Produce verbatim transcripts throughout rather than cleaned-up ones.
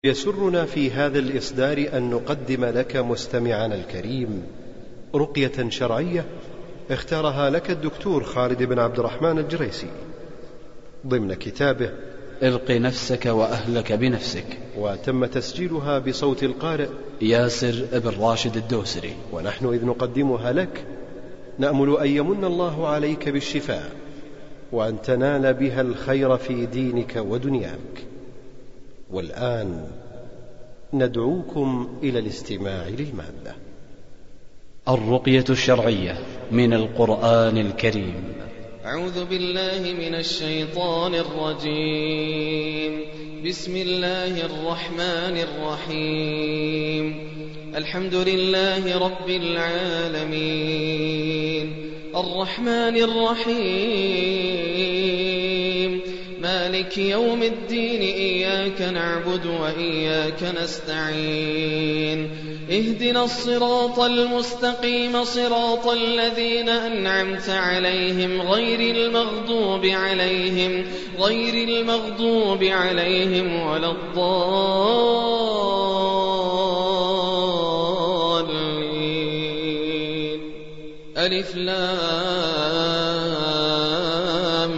يسرنا في هذا الإصدار أن نقدم لك مستمعنا الكريم رقية شرعية اختارها لك الدكتور خالد بن عبد الرحمن الجريسي ضمن كتابه الق نفسك وأهلك بنفسك، وتم تسجيلها بصوت القارئ ياسر بن راشد الدوسري. ونحن إذ نقدمها لك نأمل أن يمن الله عليك بالشفاء وأن تنال بها الخير في دينك ودنياك. والآن ندعوكم إلى الاستماع للمادة. الرقية الشرعية من القرآن الكريم. أعوذ بالله من الشيطان الرجيم. بسم الله الرحمن الرحيم. الحمد لله رب العالمين الرحمن الرحيم مالك يوم الدين، إياك نعبد وإياك نستعين، اهدنا الصراط المستقيم صراط الذين أنعمت عليهم غير المغضوب عليهم غير المغضوب عليهم ولا الضالين. ألف لام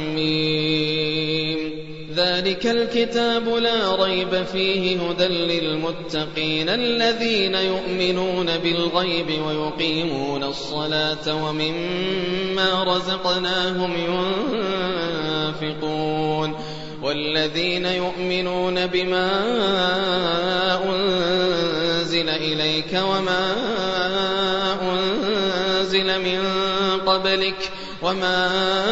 ميم. ذلك الكتاب لا ريب فيه هدى للمتقين الذين يؤمنون بالغيب ويقيمون الصلاة ومما رزقناهم ينفقون، والذين يؤمنون بما أنزل إليك وما أنزل من قبلك وما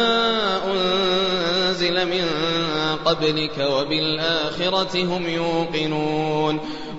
أنزل من قبلك وبالآخرة هم يوقنون،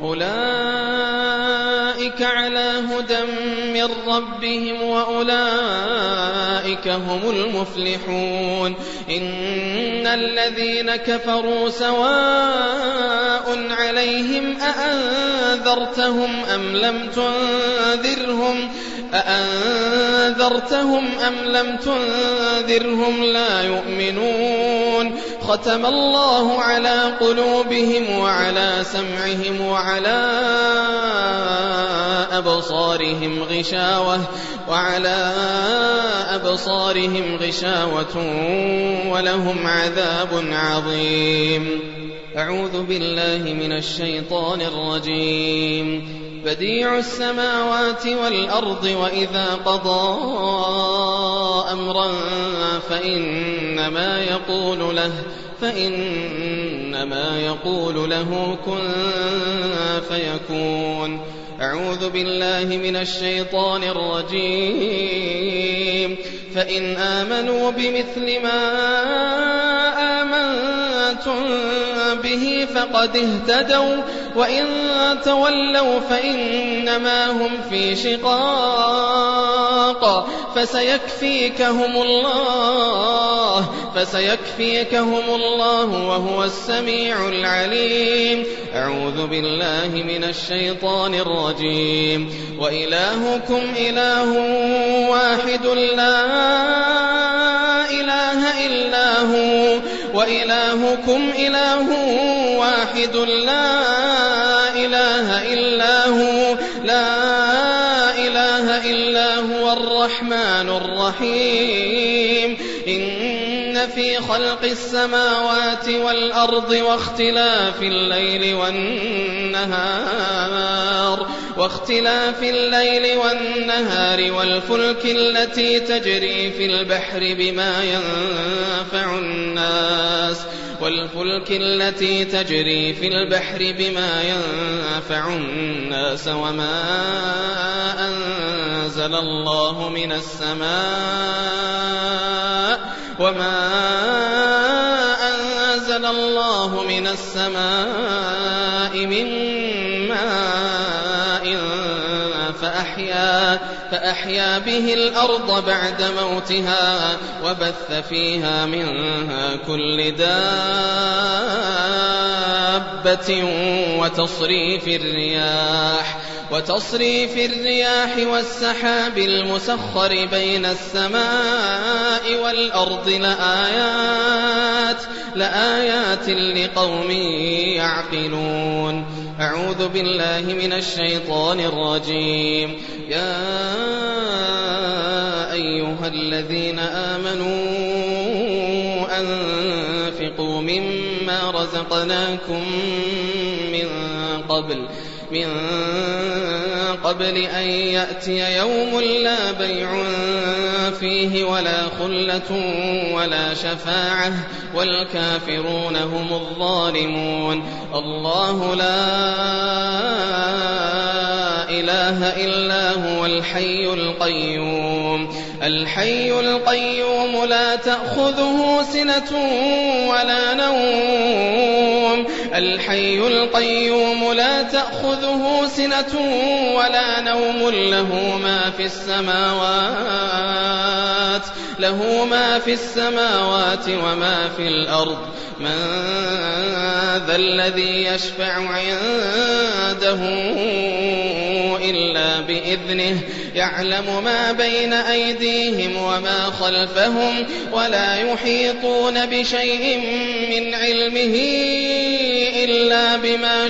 أولئك على هدى من ربهم وأولئك هم المفلحون. إن الذين كفروا سواء عليهم أأنذرتهم أم لم تنذرهم أأنذرتهم أم لم تنذرهم لا يؤمنون. ختم الله على قلوبهم وعلى سمعهم وعلى أبصارهم غشاوة وعلى أبصارهم غشاوة ولهم عذاب عظيم. أعوذ بالله من الشيطان الرجيم. بديع السماوات والأرض، وإذا قضى أمرا فإنما يقول له فإنما يقول له كن فيكون. أعوذ بالله من الشيطان الرجيم. فإن آمنوا بمثل ما آمنتم به فقد اهتدوا، وإن تولوا فإنما هم في شقاق فسيكفيكهم الله فسيكفيكهم الله وهو السميع العليم. أعوذ بالله من الشيطان الرجيم. وإلهكم إله واحد لا إله إلا هو وإلهكم إله واحد لا إله إلا هو لا إله إلا هو الرحمن الرحيم. إن في خلق السماوات والأرض واختلاف الليل والنهار واختلاف الليل والنهار والفلك التي تجري في البحر بما ينفع الناس والفلك التي تجري في البحر بما ينفع الناس وما أنزل الله من السماء وما أنزل الله من السماء من ماء فأحيا فأحيا به الأرض بعد موتها وبث فيها من كل دابة وتصريف الرياح وتصريف الرياح والسحاب المسخر بين السماء والأرض لآيات لآيات لقوم يعقلون. أعوذ بالله من الشيطان الرجيم. يا أيها الذين آمنوا أنفقوا مما رزقناكم من قبل من قبل أن يأتي يوم لا بيع فيه ولا خلة ولا شفاعة والكافرون هم الظالمون. الله لا إله إلا هو الحي القيوم الحي القيوم لا تأخذه سنة ولا نوم الحي القيوم لا تأخذه سنة ولا نوم له ما في السماوات له ما في السماوات وما في الأرض. من ذا الذي يشفع عنده إلا بإذنه يعلم ما بين أيديهم وما خلفهم ولا يحيطون بشيء من علمه إلا بما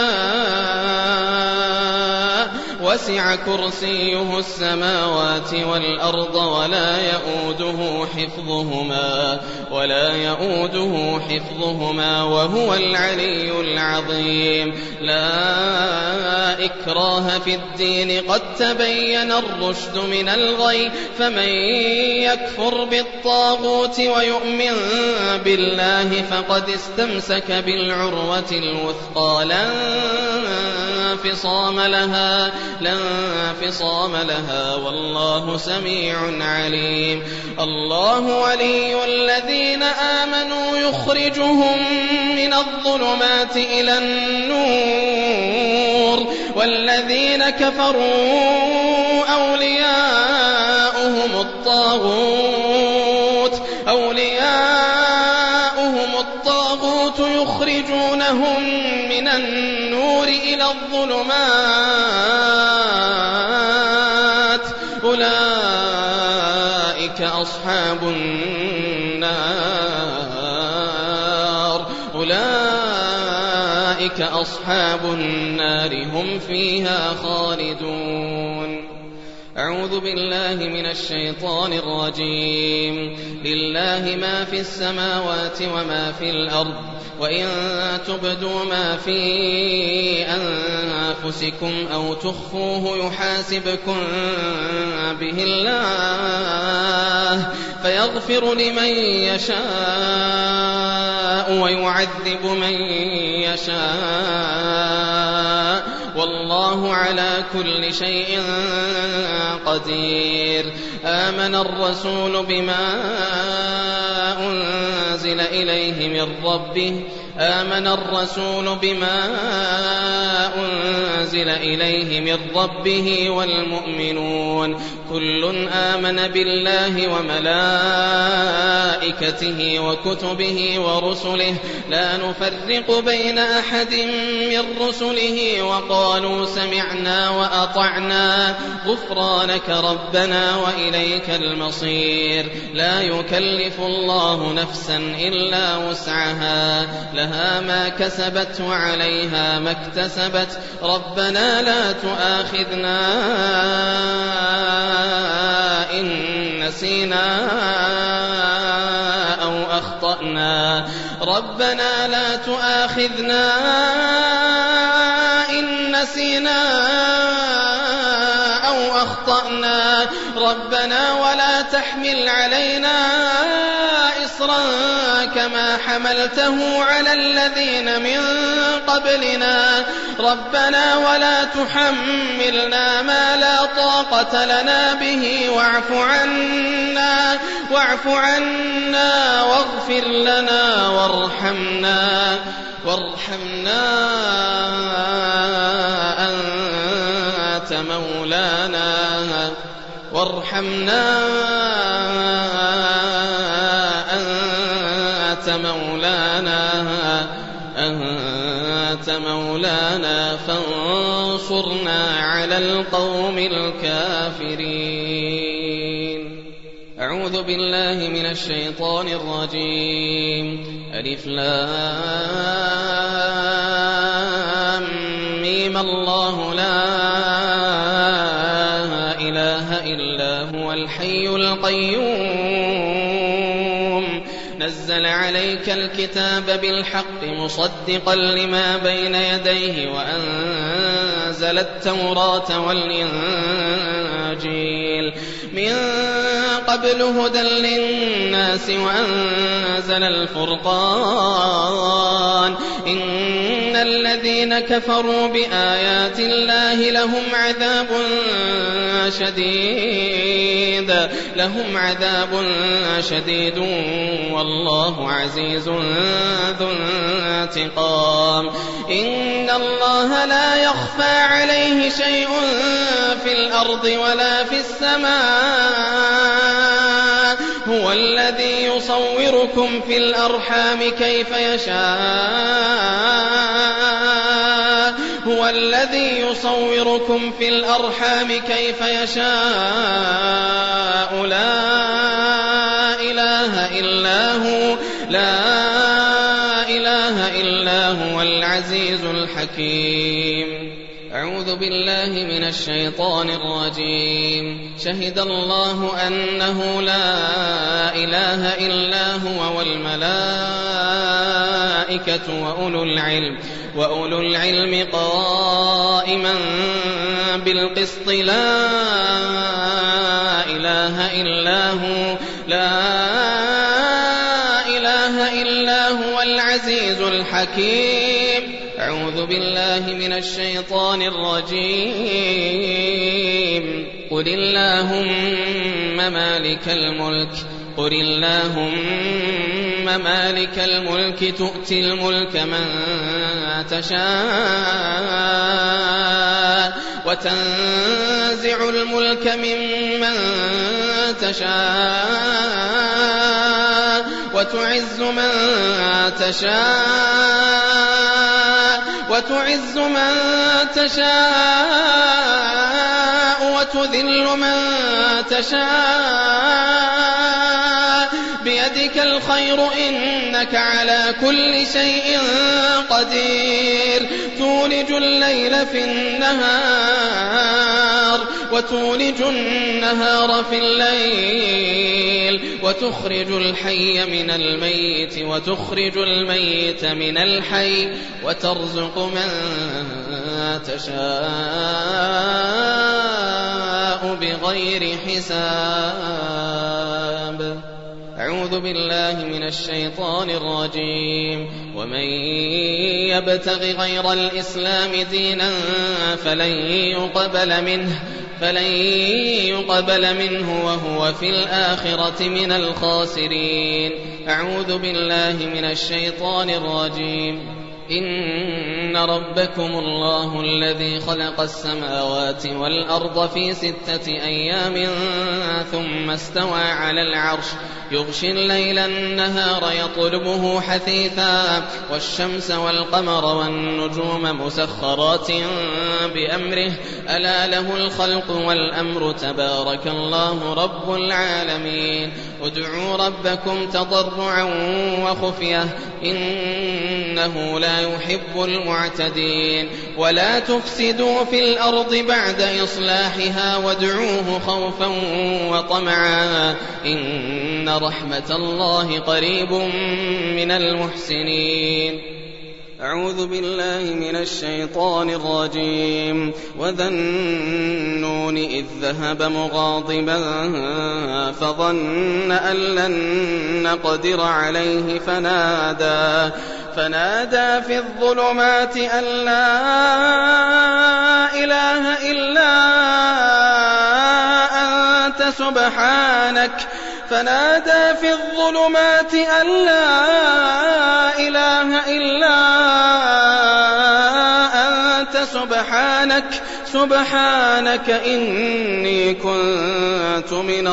شاء وسع كرسيه السماوات والأرض ولا يؤوده حفظهما ولا يؤوده حفظهما وهو العلي العظيم. لا إكراه في الدين قد تبين الرشد من الغي فمن يكفر بالطاغوت ويؤمن بالله فقد استمسك بالعروة الوثقى لا انفصام لها لا انفصام لها والله سميع عليم. الله ولي الذين آمنوا يخرجهم من الظلمات إلى النور والذين كفروا أولياؤهم الطاغوت أولياؤهم الطاغوت يخرجونهم من النور إلى الظلمات أولئك أصحاب النار أولئك أصحاب النار هم فيها خالدون. أعوذ بالله من الشيطان الرجيم. لله ما في السماوات وما في الأرض وإن تبدوا ما في أنفسكم أو تخفوه يحاسبكم به الله فيغفر لمن يشاء ويعذب من يشاء والله على كل شيء قدير. آمن الرسول بما أنزل إليه من ربه آمن الرسول بما أنزل إليه من ربه والمؤمنون كل آمن بالله وملائكته وكتبه ورسله لا نفرق بين أحد من رسله وقالوا سمعنا وأطعنا غفرانك ربنا وإليك المصير. لا يكلف الله نفسا إلا وسعها لها ما كسبت وعليها ما اكتسبت ربنا لا تؤاخذنا إن نسينا أو أخطأنا ربنا لا تؤاخذنا إن نسينا أو أخطأنا ربنا ولا تحمل علينا إصرا كما حملته على الذين من قبلنا ربنا ولا تحملنا ما لا طاقة لنا به واعف عنا واعف عنا واغفر لنا وارحمنا وارحمنا أنت مولانا وارحمنا أنت مولانا أنت مولانا فانصرنا على القوم الكافرين. أعوذ بالله من الشيطان الرجيم. ألف لام ميم الله لا إله إلا هو الحي القيوم نزل عليك الكتاب بالحق مصدقا لما بين يديه وأنزل التوراة والإنجيل من قبل هدى للناس وأنزل الفرقان إن الذين كفروا بآيات الله لهم عذاب شديد لهم عذاب شديد والله عزيز ذو انتقام. إن الله لا يخفى عليه شيء في الأرض ولا في السماء هو الذي يصوركم في الأرحام كيف يشاء هو الذي يصوركم في الأرحام كيف يشاء لا إله إلا هو لا إله إلا هو العزيز الحكيم. أعوذ بالله من الشيطان الرجيم. شهد الله أنه لا إله إلا هو والملائكة وأولو العلم وأولو العلم قائما بالقسط لا إله إلا هو لا إله إلا هو العزيز الحكيم. أعوذ بالله من الشيطان الرجيم. قل اللهم مالك الملك قل اللهم مالك الملك تؤتي الملك من تشاء وتنزع الملك ممن تشاء وتعز من تشاء وتعز من تشاء وتذل من تشاء بيدك الخير إنك على كل شيء قدير. تولج الليل في النهار وتولج النهار في الليل وتخرج الحي من الميت وتخرج الميت من الحي وترزق من تشاء بغير حساب. أعوذ بالله من الشيطان الرجيم. ومن يبتغ غير الإسلام دينا فلن يقبل منه فلن يقبل منه وهو في الآخرة من الخاسرين. أعوذ بالله من الشيطان الرجيم. إن ربكم الله الذي خلق السماوات والأرض في ستة أيام ثم استوى على العرش يغشي الليل النهار يطلبه حثيثا والشمس والقمر والنجوم مسخرات بأمره ألا له الخلق والأمر تبارك الله رب العالمين. ادعوا ربكم تضرعا وخفية إنه لا يحب المعتدين. ولا تفسدوا في الأرض بعد إصلاحها وادعوه خوفا وطمعا إن رحمة الله قريب من المحسنين. أعوذ بالله من الشيطان الرجيم. وذا النون إذ ذهب مغاضبا فظن أن لن نقدر عليه فنادى فنادى في الظلمات أن لا إله إلا أنت سبحانك فنادى في الظلمات أن لا إله إلا أنت سبحانك سبحانك إني كنت من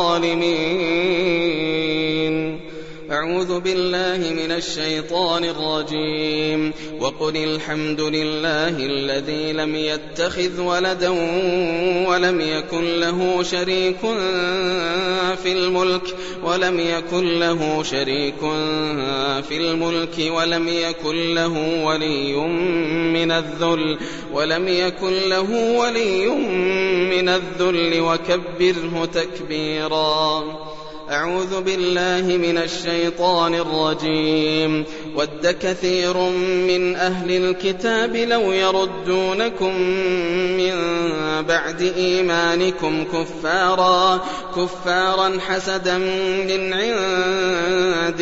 الظالمين. أعوذ بالله من الشيطان الرجيم. وقل الحمد لله الذي لم يتخذ ولدا ولم يكن له شريك في الملك ولم يكن له شريك في الملك ولم يكن له ولي من الذل ولم يكن له ولي من الذل وكبره تكبيرا. أعوذ بالله من الشيطان الرجيم. ود كثير من أهل الكتاب لو يردونكم من بعد إيمانكم كفارا كفارا حسدا من عند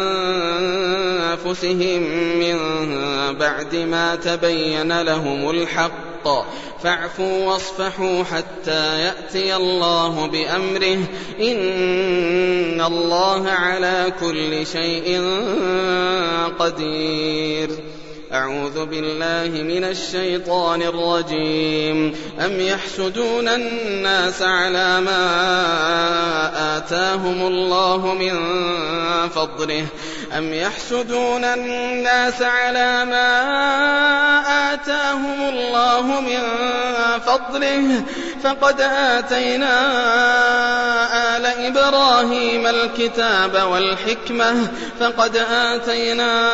أنفسهم من بعد ما تبين لهم الحق فاعفوا واصفحوا حتى يأتي الله بأمره إن الله على كل شيء قدير. أعوذ بالله من الشيطان الرجيم. أم يحسدون الناس على ما آتاهم الله من فضله أم يحسدون الناس على ما آتاهم الله من فضله فقد آتينا آل إبراهيم الكتاب والحكمة فقد آتينا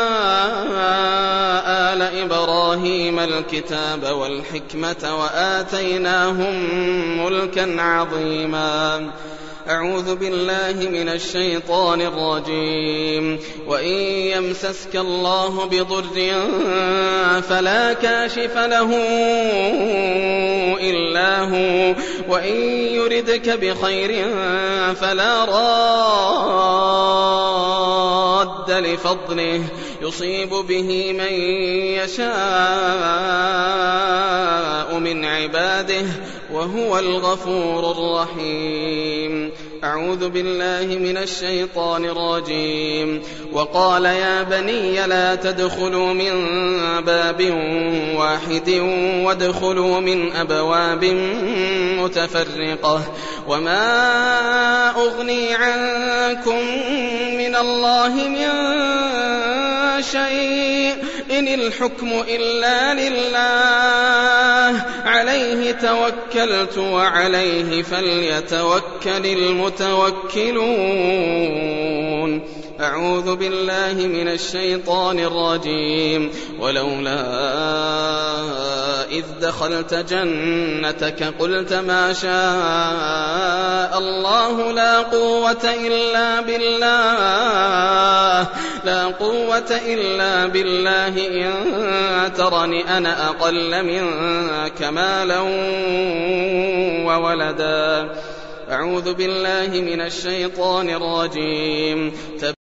آل إبراهيم الكتاب والحكمة وآتيناهم ملكا عظيما. أعوذ بالله من الشيطان الرجيم. وإن يمسسك الله بضر فلا كاشف له إلا هو وإن يردك بخير فلا راد لفضله يصيب به من يشاء من عباده وهو الغفور الرحيم. أعوذ بالله من الشيطان الرجيم. وقال يا بني لا تدخلوا من باب واحد وادخلوا من أبواب متفرقة وما أغني عنكم من الله من شيء إن الحكم إلا لله عليه توكلت وعليه فليتوكل المتوكلون. أعوذ بالله من الشيطان الرجيم. ولولا إذ دخلت جنتك قلت ما شاء الله لا قوة إلا بالله لا قوة إلا بالله إن ترني أنا أقل منك مالا وولدا. أعوذ بالله من الشيطان الرجيم.